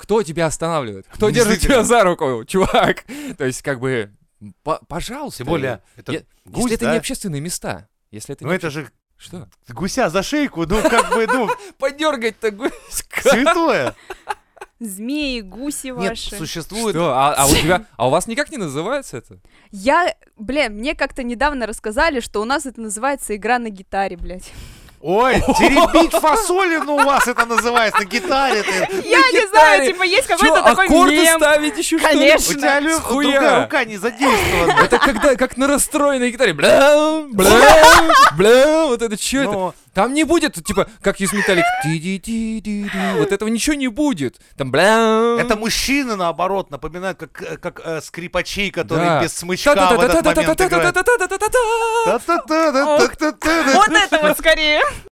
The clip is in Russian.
кто тебя останавливает? Кто держит тебя за руку, чувак? То есть, как бы, пожалуйста. Тем более, это гусь, если это да? не общественные места. Если это Ну это же Что? гуся за шейку, ну как бы, ну, Подергать-то гуська. святое. Змеи, гуси Нет, ваши. существует... Что? А у вас никак не называется это? Мне как-то недавно рассказали, что у нас это называется игра на гитаре, блядь. Ой, теребить фасолину у вас это называется на гитаре. Я не знаю, типа есть какой-то такой аккорды мем. ставить еще что ли? Конечно. У тебя Схуя. другая рука не задействована. Это когда, как на расстроенной гитаре. Бля, вот это что это? Но Там не будет, типа, как из Металлик. Вот этого ничего не будет. Там бля. это мужчины, наоборот, напоминают, как скрипачей, которые Да. без смычка в этот момент играют. Та-та-та-та-та-та-та-та-та-та-та-та-та. Та-та-та-та-та-та-та-та. Вот это вот скорее.